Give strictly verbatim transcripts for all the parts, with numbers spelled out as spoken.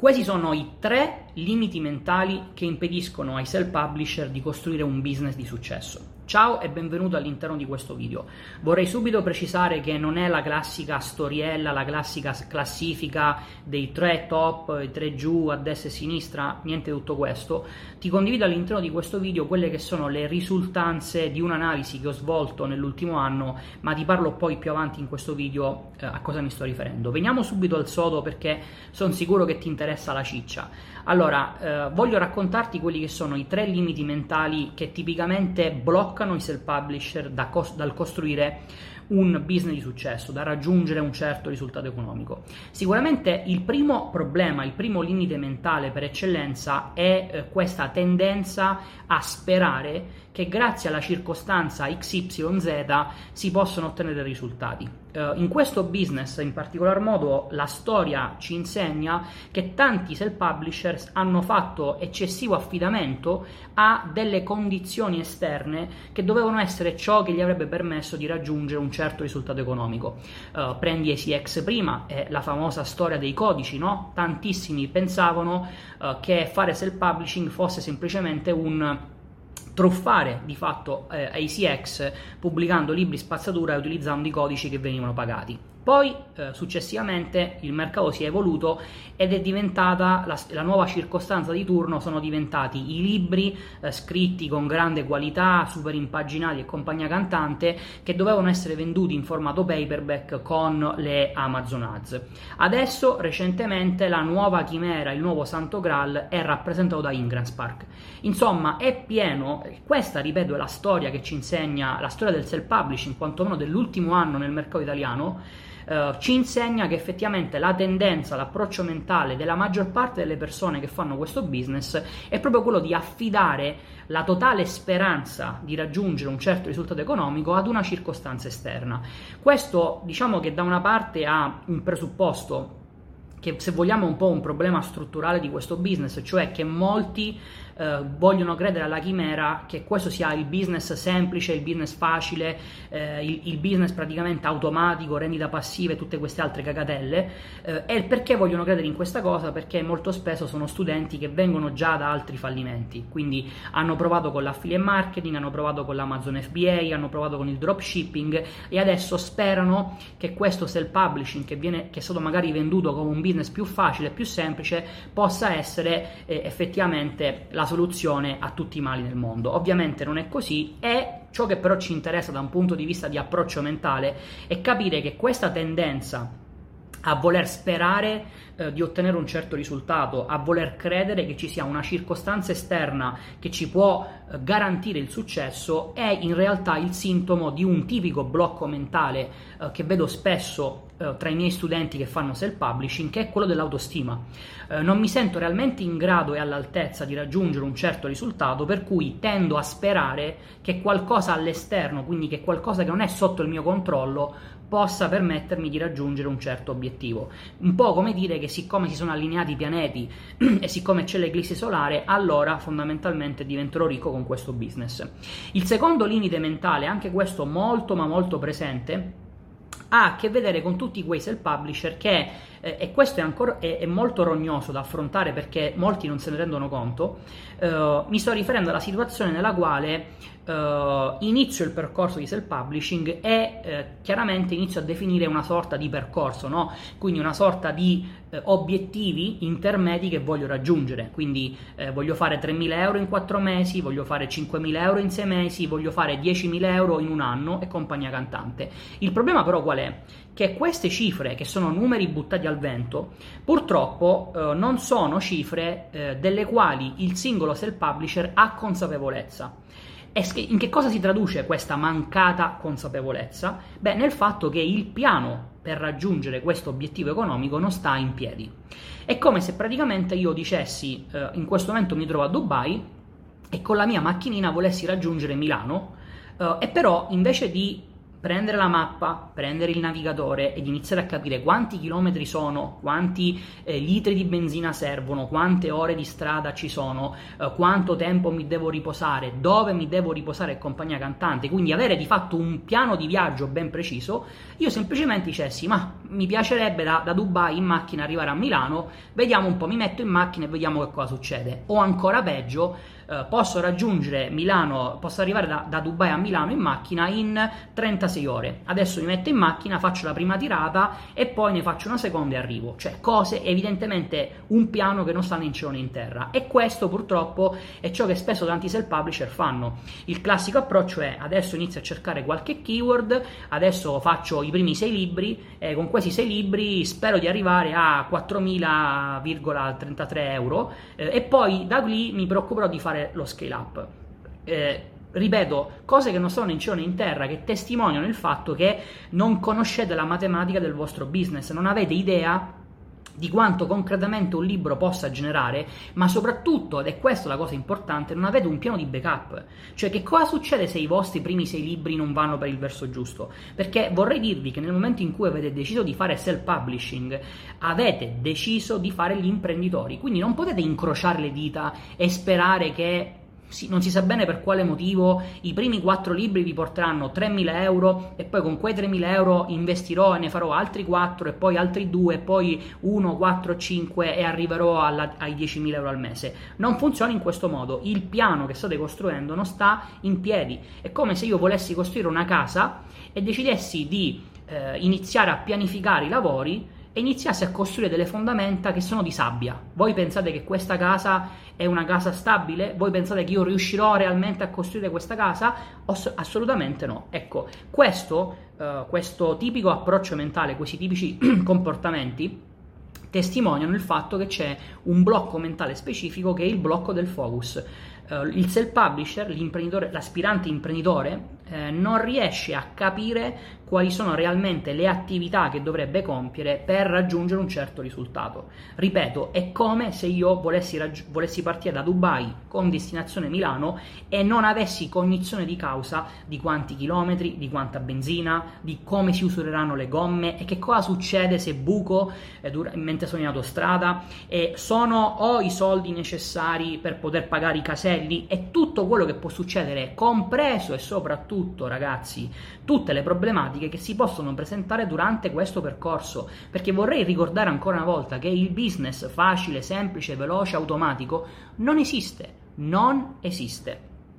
Questi sono i tre limiti mentali che impediscono ai self-publisher di costruire un business di successo. Ciao e benvenuto all'interno di questo video. Vorrei subito precisare che non è la classica storiella, la classica classifica dei tre top, i tre giù, a destra e a sinistra, niente di tutto questo. Ti condivido all'interno di questo video quelle che sono le risultanze di un'analisi che ho svolto nell'ultimo anno, ma ti parlo poi più avanti in questo video eh, a cosa mi sto riferendo. Veniamo subito al sodo perché sono sicuro che ti interessa la ciccia. Allora, eh, voglio raccontarti quelli che sono i tre limiti mentali che tipicamente bloccano i self-publisher da cos- dal costruire un business di successo, da raggiungere un certo risultato economico. Sicuramente il primo problema, il primo limite mentale per eccellenza è eh, questa tendenza a sperare che grazie alla circostanza X Y Z si possono ottenere risultati. Uh, in questo business, in particolar modo, la storia ci insegna che tanti self-publishers hanno fatto eccessivo affidamento a delle condizioni esterne che dovevano essere ciò che gli avrebbe permesso di raggiungere un certo risultato economico. Uh, prendi A C X prima, è la famosa storia dei codici, no? Tantissimi pensavano uh, che fare self-publishing fosse semplicemente un truffare di fatto eh, A C X pubblicando libri spazzatura e utilizzando i codici che venivano pagati. Poi eh, successivamente il mercato si è evoluto ed è diventata la, la nuova circostanza di turno, sono diventati i libri eh, scritti con grande qualità, super impaginati e compagnia cantante, che dovevano essere venduti in formato paperback con le Amazon Ads. Adesso recentemente la nuova chimera, il nuovo Santo Graal è rappresentato da Ingranspark. Insomma, è pieno, questa ripeto è la storia che ci insegna, la storia del self-publishing, quantomeno dell'ultimo anno nel mercato italiano. Uh, ci insegna che effettivamente la tendenza, l'approccio mentale della maggior parte delle persone che fanno questo business è proprio quello di affidare la totale speranza di raggiungere un certo risultato economico ad una circostanza esterna. Questo, diciamo che da una parte ha un presupposto che, se vogliamo, è un po' un problema strutturale di questo business, cioè che molti eh, vogliono credere alla chimera che questo sia il business semplice, il business facile, eh, il, il business praticamente automatico, rendita passiva e tutte queste altre cagatelle. Eh, e perché vogliono credere in questa cosa? Perché molto spesso sono studenti che vengono già da altri fallimenti, quindi hanno provato con l'affiliate marketing, hanno provato con l'Amazon F B A, hanno provato con il dropshipping e adesso sperano che questo self-publishing che, viene, che è stato magari venduto come un business più facile, più semplice, possa essere eh, effettivamente la soluzione a tutti i mali del mondo. Ovviamente non è così, e ciò che però ci interessa da un punto di vista di approccio mentale è capire che questa tendenza a voler sperare eh, di ottenere un certo risultato, a voler credere che ci sia una circostanza esterna che ci può eh, garantire il successo, è in realtà il sintomo di un tipico blocco mentale eh, che vedo spesso eh, tra i miei studenti che fanno self-publishing, che è quello dell'autostima. Eh, non mi sento realmente in grado e all'altezza di raggiungere un certo risultato, per cui tendo a sperare che qualcosa all'esterno, quindi che qualcosa che non è sotto il mio controllo, possa permettermi di raggiungere un certo obiettivo. Un po' come dire che siccome si sono allineati i pianeti e siccome c'è l'eclissi solare, allora fondamentalmente diventerò ricco con questo business. Il secondo limite mentale, anche questo molto ma molto presente, ha a che vedere con tutti quei self-publisher che, eh, e questo è, ancora, è, è molto rognoso da affrontare perché molti non se ne rendono conto, eh, mi sto riferendo alla situazione nella quale Uh, inizio il percorso di self-publishing e eh, chiaramente inizio a definire una sorta di percorso, no? Quindi una sorta di eh, obiettivi intermedi che voglio raggiungere, quindi eh, voglio fare tremila euro in quattro mesi, voglio fare cinquemila euro in sei mesi, voglio fare diecimila euro in un anno e compagnia cantante. Il problema però qual è? Che queste cifre, che sono numeri buttati al vento, purtroppo eh, non sono cifre eh, delle quali il singolo self-publisher ha consapevolezza. E in che cosa si traduce questa mancata consapevolezza? Beh, nel fatto che il piano per raggiungere questo obiettivo economico non sta in piedi. È come se praticamente io dicessi, eh, in questo momento mi trovo a Dubai e con la mia macchinina volessi raggiungere Milano, eh, e però invece di prendere la mappa, prendere il navigatore ed iniziare a capire quanti chilometri sono, quanti eh, litri di benzina servono, quante ore di strada ci sono, eh, quanto tempo mi devo riposare, dove mi devo riposare e compagnia cantante, quindi avere di fatto un piano di viaggio ben preciso, io semplicemente dicessi, ma mi piacerebbe da, da Dubai in macchina arrivare a Milano, vediamo un po', mi metto in macchina e vediamo che cosa succede, o ancora peggio, Uh, posso raggiungere Milano, posso arrivare da, da Dubai a Milano in macchina in trentasei ore. Adesso mi metto in macchina, faccio la prima tirata e poi ne faccio una seconda e arrivo. Cioè cose, evidentemente un piano che non sta né in cielo né in terra. E questo purtroppo è ciò che spesso tanti self-publisher fanno. Il classico approccio è: adesso inizio a cercare qualche keyword, adesso faccio i primi sei libri e con questi sei libri spero di arrivare a quattromila virgola trentatré euro eh, e poi da lì mi preoccuperò di fare lo scale up. Eh, ripeto, cose che non sono né in cielo né in terra, che testimoniano il fatto che non conoscete la matematica del vostro business, non avete idea di quanto concretamente un libro possa generare, ma soprattutto, ed è questa la cosa importante, non avete un piano di backup. Cioè, che cosa succede se i vostri primi sei libri non vanno per il verso giusto? Perché vorrei dirvi che nel momento in cui avete deciso di fare self-publishing, avete deciso di fare gli imprenditori, quindi non potete incrociare le dita e sperare che sì, non si sa bene per quale motivo i primi quattro libri vi porteranno tremila euro e poi con quei tremila euro investirò e ne farò altri quattro e poi altri due e poi uno, quattro, cinque e arriverò alla, ai diecimila euro al mese. Non funziona in questo modo. Il piano che state costruendo non sta in piedi. È come se io volessi costruire una casa e decidessi di eh, iniziare a pianificare i lavori e iniziassi a costruire delle fondamenta che sono di sabbia. Voi pensate che questa casa è una casa stabile? Voi pensate che io riuscirò realmente a costruire questa casa? Oss- assolutamente no. Ecco, questo, uh, questo tipico approccio mentale, questi tipici comportamenti testimoniano il fatto che c'è un blocco mentale specifico che è il blocco del focus. Uh, il self-publisher, l'imprenditore, l'aspirante imprenditore, eh, non riesce a capire quali sono realmente le attività che dovrebbe compiere per raggiungere un certo risultato. Ripeto, è come se io volessi, raggi- volessi partire da Dubai con destinazione Milano e non avessi cognizione di causa di quanti chilometri, di quanta benzina, di come si usureranno le gomme e che cosa succede se buco eh, dur- mentre sono in autostrada e sono ho i soldi necessari per poter pagare i caselli e tutto quello che può succedere, compreso e soprattutto, ragazzi, tutte le problematiche che si possono presentare durante questo percorso, perché vorrei ricordare ancora una volta che il business facile, semplice, veloce, automatico non esiste, non esiste.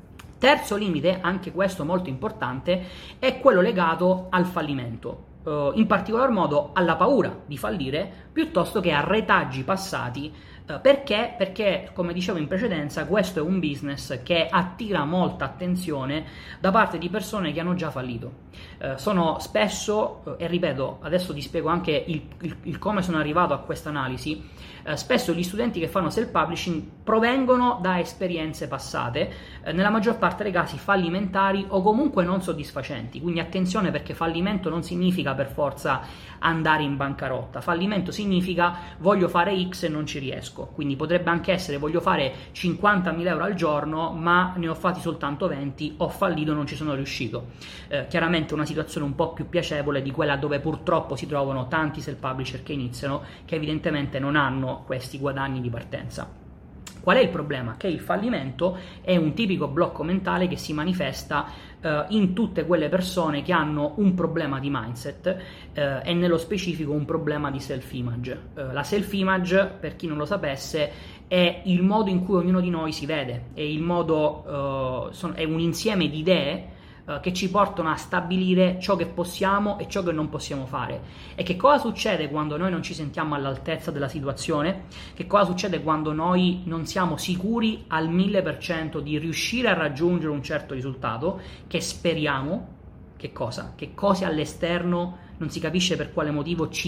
Terzo limite, anche questo molto importante, è quello legato al fallimento, uh, in particolar modo alla paura di fallire piuttosto che a retaggi passati. Uh, perché? Perché, come dicevo in precedenza, questo è un business che attira molta attenzione da parte di persone che hanno già fallito. Uh, sono spesso, uh, e ripeto, adesso ti spiego anche il, il, il come sono arrivato a questa analisi, uh, spesso gli studenti che fanno self-publishing provengono da esperienze passate, uh, nella maggior parte dei casi fallimentari o comunque non soddisfacenti. Quindi attenzione, perché fallimento non significa per forza andare in bancarotta. Fallimento significa voglio fare X e non ci riesco. Quindi potrebbe anche essere voglio fare cinquantamila euro al giorno ma ne ho fatti soltanto venti, ho fallito, non ci sono riuscito. Eh, chiaramente una situazione un po' più piacevole di quella dove purtroppo si trovano tanti self-publisher che iniziano, che evidentemente non hanno questi guadagni di partenza. Qual è il problema? Che il fallimento è un tipico blocco mentale che si manifesta eh, in tutte quelle persone che hanno un problema di mindset eh, e nello specifico un problema di self-image. Eh, la self-image, per chi non lo sapesse, è il modo in cui ognuno di noi si vede, è, il modo, eh, son, è un insieme di idee che ci portano a stabilire ciò che possiamo e ciò che non possiamo fare. E che cosa succede quando noi non ci sentiamo all'altezza della situazione? Che cosa succede quando noi non siamo sicuri al mille per cento di riuscire a raggiungere un certo risultato che speriamo? Che cosa? Che cose all'esterno non si capisce per quale motivo ci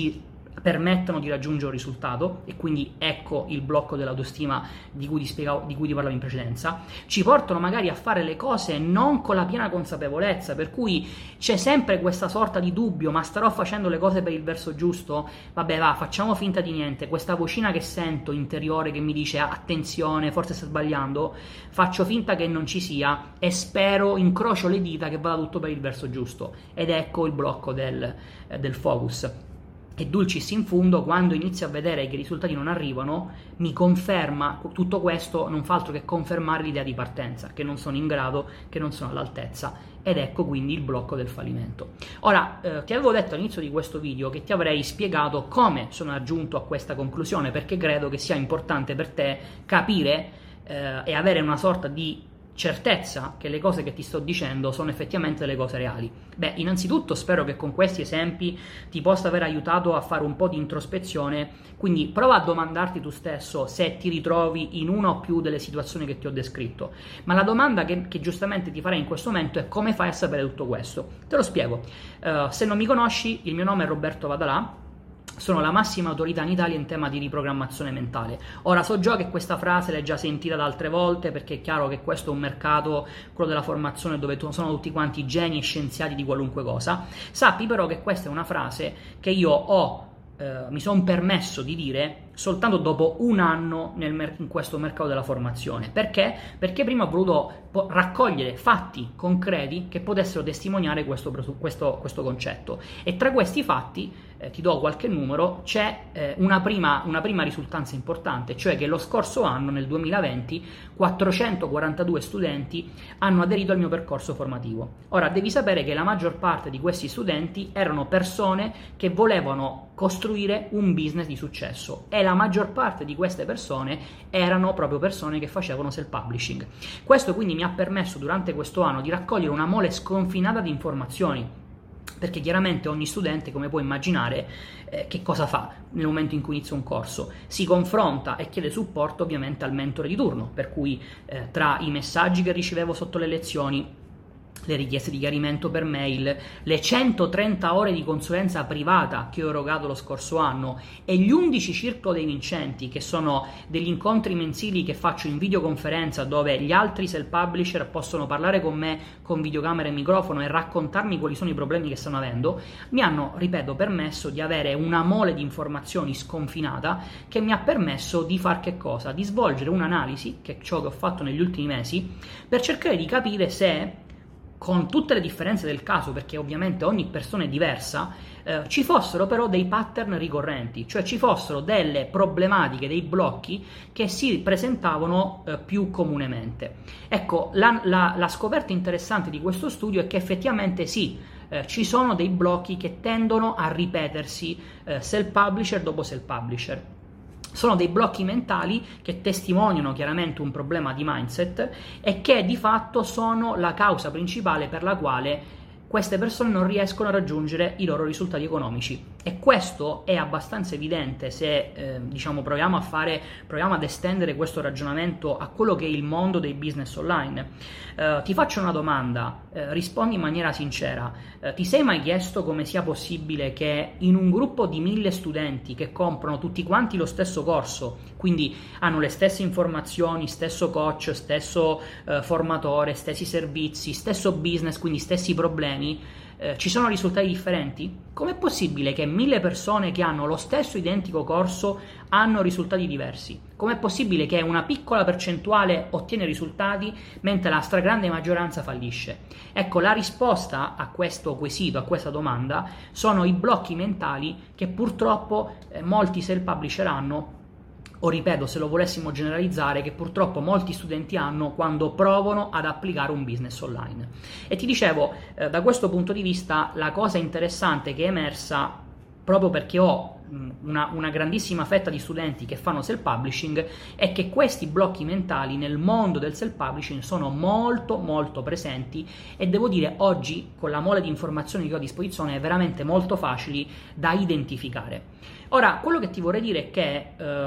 permettono di raggiungere un risultato, e quindi ecco il blocco dell'autostima di cui ti spiegavo, di cui ti parlavo in precedenza. Ci portano magari a fare le cose non con la piena consapevolezza, per cui c'è sempre questa sorta di dubbio: ma starò facendo le cose per il verso giusto? Vabbè, va, facciamo finta di niente. Questa vocina che sento interiore che mi dice attenzione, forse sto sbagliando, faccio finta che non ci sia e spero, incrocio le dita che vada tutto per il verso giusto. Ed ecco il blocco del, eh, del focus. E dulcis in fundo, quando inizio a vedere che i risultati non arrivano, mi conferma, tutto questo non fa altro che confermare l'idea di partenza, che non sono in grado, che non sono all'altezza, ed ecco quindi il blocco del fallimento. Ora, eh, ti avevo detto all'inizio di questo video che ti avrei spiegato come sono giunto a questa conclusione, perché credo che sia importante per te capire eh, e avere una sorta di certezza che le cose che ti sto dicendo sono effettivamente le cose reali. Beh, innanzitutto spero che con questi esempi ti possa aver aiutato a fare un po' di introspezione, quindi prova a domandarti tu stesso se ti ritrovi in una o più delle situazioni che ti ho descritto. Ma la domanda che, che giustamente ti farei in questo momento è: come fai a sapere tutto questo? Te lo spiego. Uh, se non mi conosci, il mio nome è Roberto Vadalà. Sono la massima autorità in Italia in tema di riprogrammazione mentale. Ora, so già che questa frase l'hai già sentita da altre volte, perché è chiaro che questo è un mercato, quello della formazione, dove sono tutti quanti geni e scienziati di qualunque cosa. Sappi però che questa è una frase che io ho eh, mi sono permesso di dire soltanto dopo un anno nel mer- in questo mercato della formazione. Perché? Perché prima ho voluto po- raccogliere fatti concreti che potessero testimoniare questo, questo, questo concetto. E tra questi fatti, eh, ti do qualche numero, c'è eh, una, prima, una prima risultanza importante, cioè che lo scorso anno, nel duemilaventi, quattrocentoquarantadue studenti hanno aderito al mio percorso formativo. Ora, devi sapere che la maggior parte di questi studenti erano persone che volevano costruire un business di successo, e la maggior parte di queste persone erano proprio persone che facevano self-publishing. Questo quindi mi ha permesso durante questo anno di raccogliere una mole sconfinata di informazioni, perché chiaramente ogni studente, come puoi immaginare, eh, che cosa fa nel momento in cui inizia un corso? Si confronta e chiede supporto ovviamente al mentore di turno, per cui eh, tra i messaggi che ricevevo sotto le lezioni, le richieste di chiarimento per mail, le centotrenta ore di consulenza privata che ho erogato lo scorso anno e gli undici Circolo dei Vincenti, che sono degli incontri mensili che faccio in videoconferenza, dove gli altri self-publisher possono parlare con me con videocamera e microfono e raccontarmi quali sono i problemi che stanno avendo, mi hanno, ripeto, permesso di avere una mole di informazioni sconfinata che mi ha permesso di far che cosa? Di svolgere un'analisi, che è ciò che ho fatto negli ultimi mesi, per cercare di capire se, con tutte le differenze del caso, perché ovviamente ogni persona è diversa, eh, ci fossero però dei pattern ricorrenti, cioè ci fossero delle problematiche, dei blocchi che si presentavano eh, più comunemente. Ecco, la, la, la scoperta interessante di questo studio è che effettivamente sì, eh, ci sono dei blocchi che tendono a ripetersi eh, self-publisher dopo self-publisher. Sono dei blocchi mentali che testimoniano chiaramente un problema di mindset e che di fatto sono la causa principale per la quale queste persone non riescono a raggiungere i loro risultati economici. E questo è abbastanza evidente se eh, diciamo proviamo a fare, proviamo ad estendere questo ragionamento a quello che è il mondo dei business online. Eh, ti faccio una domanda, eh, rispondi in maniera sincera. Eh, ti sei mai chiesto come sia possibile che in un gruppo di mille studenti che comprano tutti quanti lo stesso corso, quindi hanno le stesse informazioni, stesso coach, stesso eh, formatore, stessi servizi, stesso business, quindi stessi problemi, Eh, ci sono risultati differenti? Com'è possibile che mille persone che hanno lo stesso identico corso hanno risultati diversi? Com'è possibile che una piccola percentuale ottiene risultati mentre la stragrande maggioranza fallisce? Ecco, la risposta a questo quesito, a questa domanda, sono i blocchi mentali che purtroppo eh, molti self-publisher hanno, o ripeto, se lo volessimo generalizzare, che purtroppo molti studenti hanno quando provano ad applicare un business online. E ti dicevo, eh, da questo punto di vista, la cosa interessante che è emersa, proprio perché ho una, una grandissima fetta di studenti che fanno self-publishing, è che questi blocchi mentali nel mondo del self-publishing sono molto molto presenti, e devo dire oggi, con la mole di informazioni che ho a disposizione, è veramente molto facili da identificare. Ora, quello che ti vorrei dire è che eh,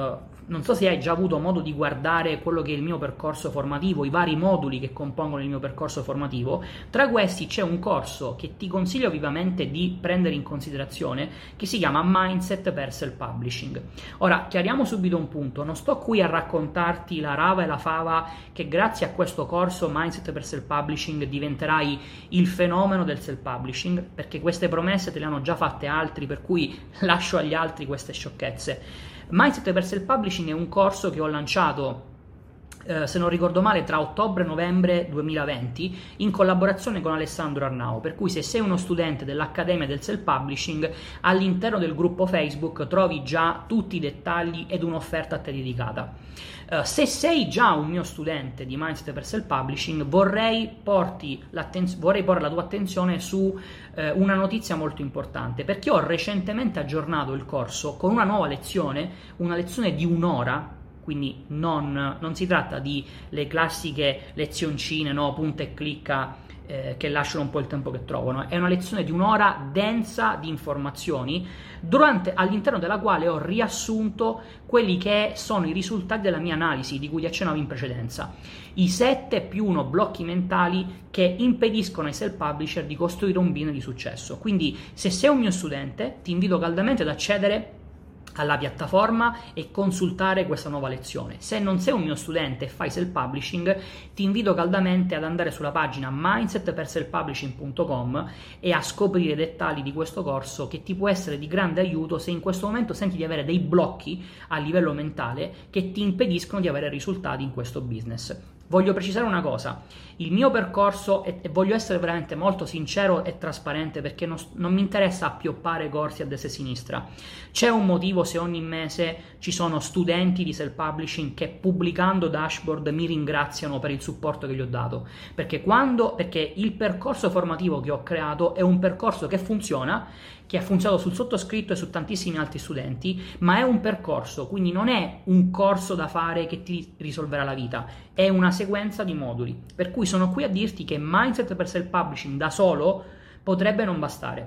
non so se hai già avuto modo di guardare quello che è il mio percorso formativo, i vari moduli che compongono il mio percorso formativo. Tra questi c'è un corso che ti consiglio vivamente di prendere in considerazione, che si chiama Mindset per Self-Publishing. Ora, chiariamo subito un punto: non sto qui a raccontarti la rava e la fava che grazie a questo corso Mindset per Self-Publishing diventerai il fenomeno del self-publishing, perché queste promesse te le hanno già fatte altri, per cui lascio agli altri queste sciocchezze. Mindset per Self-Publishing è un corso che ho lanciato, eh, se non ricordo male, tra ottobre e novembre duemilaventi in collaborazione con Alessandro Arnao, per cui se sei uno studente dell'Accademia del Self-Publishing, all'interno del gruppo Facebook trovi già tutti i dettagli ed un'offerta a te dedicata. Uh, se sei già un mio studente di Mindset per Self-Publishing, vorrei, porti vorrei porre la tua attenzione su uh, una notizia molto importante, perché ho recentemente aggiornato il corso con una nuova lezione, una lezione di un'ora. Quindi non, non si tratta di le classiche lezioncine, no, punta e clicca, eh, che lasciano un po' il tempo che trovano. È una lezione di un'ora densa di informazioni, durante, all'interno della quale ho riassunto quelli che sono i risultati della mia analisi, di cui ti accennavo in precedenza. I sette più uno blocchi mentali che impediscono ai self-publisher di costruire un business di successo. Quindi, se sei un mio studente, ti invito caldamente ad accedere alla piattaforma e consultare questa nuova lezione. Se non sei un mio studente e fai self-publishing, ti invito caldamente ad andare sulla pagina mindset per self publishing punto com e a scoprire i dettagli di questo corso, che ti può essere di grande aiuto se in questo momento senti di avere dei blocchi a livello mentale che ti impediscono di avere risultati in questo business. Voglio precisare una cosa: il mio percorso, e, e voglio essere veramente molto sincero e trasparente, perché non, non mi interessa appioppare corsi a destra e a sinistra. C'è un motivo se ogni mese ci sono studenti di self-publishing che, pubblicando dashboard, mi ringraziano per il supporto che gli ho dato, perché, quando, perché il percorso formativo che ho creato è un percorso che funziona, che ha funzionato sul sottoscritto e su tantissimi altri studenti, ma è un percorso, quindi non è un corso da fare che ti risolverà la vita, è una sequenza di moduli, per cui sono qui a dirti che Mindset per Self-Publishing da solo potrebbe non bastare.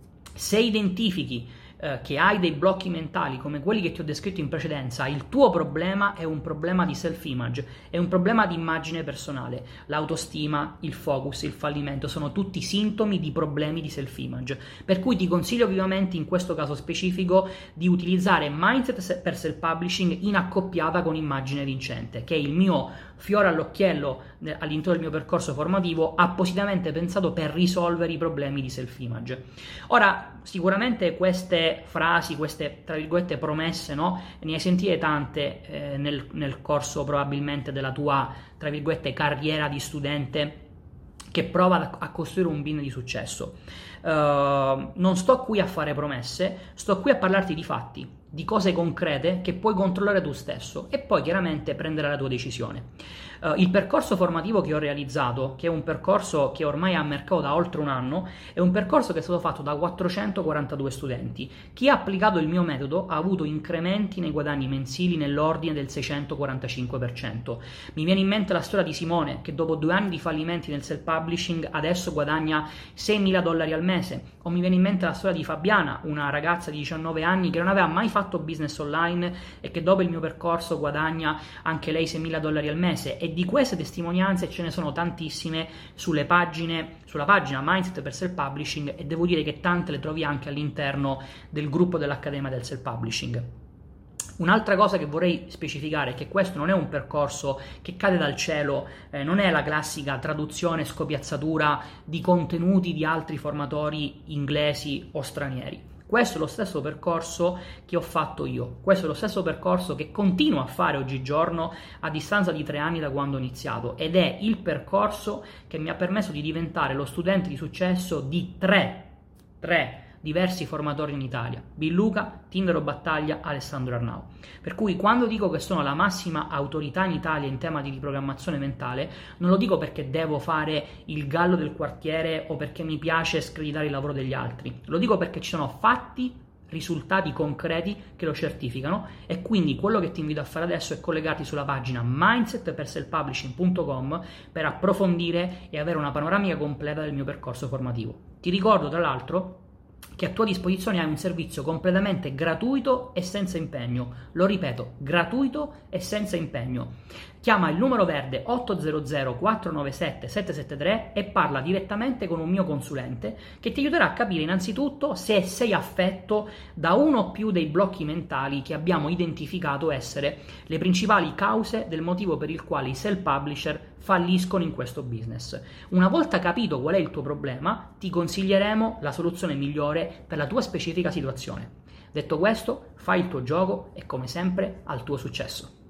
Se identifichi eh, che hai dei blocchi mentali come quelli che ti ho descritto in precedenza, il tuo problema è un problema di self-image, è un problema di immagine personale. L'autostima, il focus, il fallimento sono tutti sintomi di problemi di self-image, per cui ti consiglio vivamente in questo caso specifico di utilizzare Mindset per Self-Publishing in accoppiata con immagine vincente, che è il mio fiore all'occhiello all'interno del mio percorso formativo, appositamente pensato per risolvere i problemi di self-image. Ora, sicuramente queste frasi, queste tra virgolette promesse, no? Ne hai sentite tante eh, nel, nel corso probabilmente della tua tra virgolette carriera di studente che prova a costruire un business di successo. Uh, non sto qui a fare promesse, sto qui a parlarti di fatti, di cose concrete che puoi controllare tu stesso e poi chiaramente prendere la tua decisione. Uh, il percorso formativo che ho realizzato, che è un percorso che ormai è a mercato da oltre un anno, è un percorso che è stato fatto da quattrocentoquarantadue studenti. Chi ha applicato il mio metodo ha avuto incrementi nei guadagni mensili nell'ordine del seicentoquarantacinque per cento. Mi viene in mente la storia di Simone, che dopo due anni di fallimenti nel self-publishing adesso guadagna seimila dollari al mese. O mi viene in mente la storia di Fabiana, una ragazza di diciannove anni che non aveva mai fatto business online e che dopo il mio percorso guadagna anche lei seimila dollari al mese. E di queste testimonianze ce ne sono tantissime sulle pagine, sulla pagina Mindset per Self-Publishing, e devo dire che tante le trovi anche all'interno del gruppo dell'Accademia del Self-Publishing. Un'altra cosa che vorrei specificare è che questo non è un percorso che cade dal cielo, eh, non è la classica traduzione scopiazzatura di contenuti di altri formatori inglesi o stranieri. Questo è lo stesso percorso che ho fatto io, questo è lo stesso percorso che continuo a fare oggigiorno a distanza di tre anni da quando ho iniziato, ed è il percorso che mi ha permesso di diventare lo studente di successo di tre, tre diversi formatori in Italia: Billuca, Tindaro Battaglia, Alessandro Arnao. Per cui quando dico che sono la massima autorità in Italia in tema di riprogrammazione mentale, non lo dico perché devo fare il gallo del quartiere o perché mi piace screditare il lavoro degli altri, lo dico perché ci sono fatti, risultati concreti che lo certificano. E quindi quello che ti invito a fare adesso è collegarti sulla pagina mindset per self publishing punto com per approfondire e avere una panoramica completa del mio percorso formativo. Ti ricordo tra l'altro che a tua disposizione hai un servizio completamente gratuito e senza impegno. Lo ripeto, gratuito e senza impegno. Chiama il numero verde otto zero zero quattro nove sette sette sette tre e parla direttamente con un mio consulente che ti aiuterà a capire innanzitutto se sei affetto da uno o più dei blocchi mentali che abbiamo identificato essere le principali cause del motivo per il quale i self-publisher falliscono in questo business. Una volta capito qual è il tuo problema, ti consiglieremo la soluzione migliore per la tua specifica situazione. Detto questo, fai il tuo gioco e come sempre al tuo successo.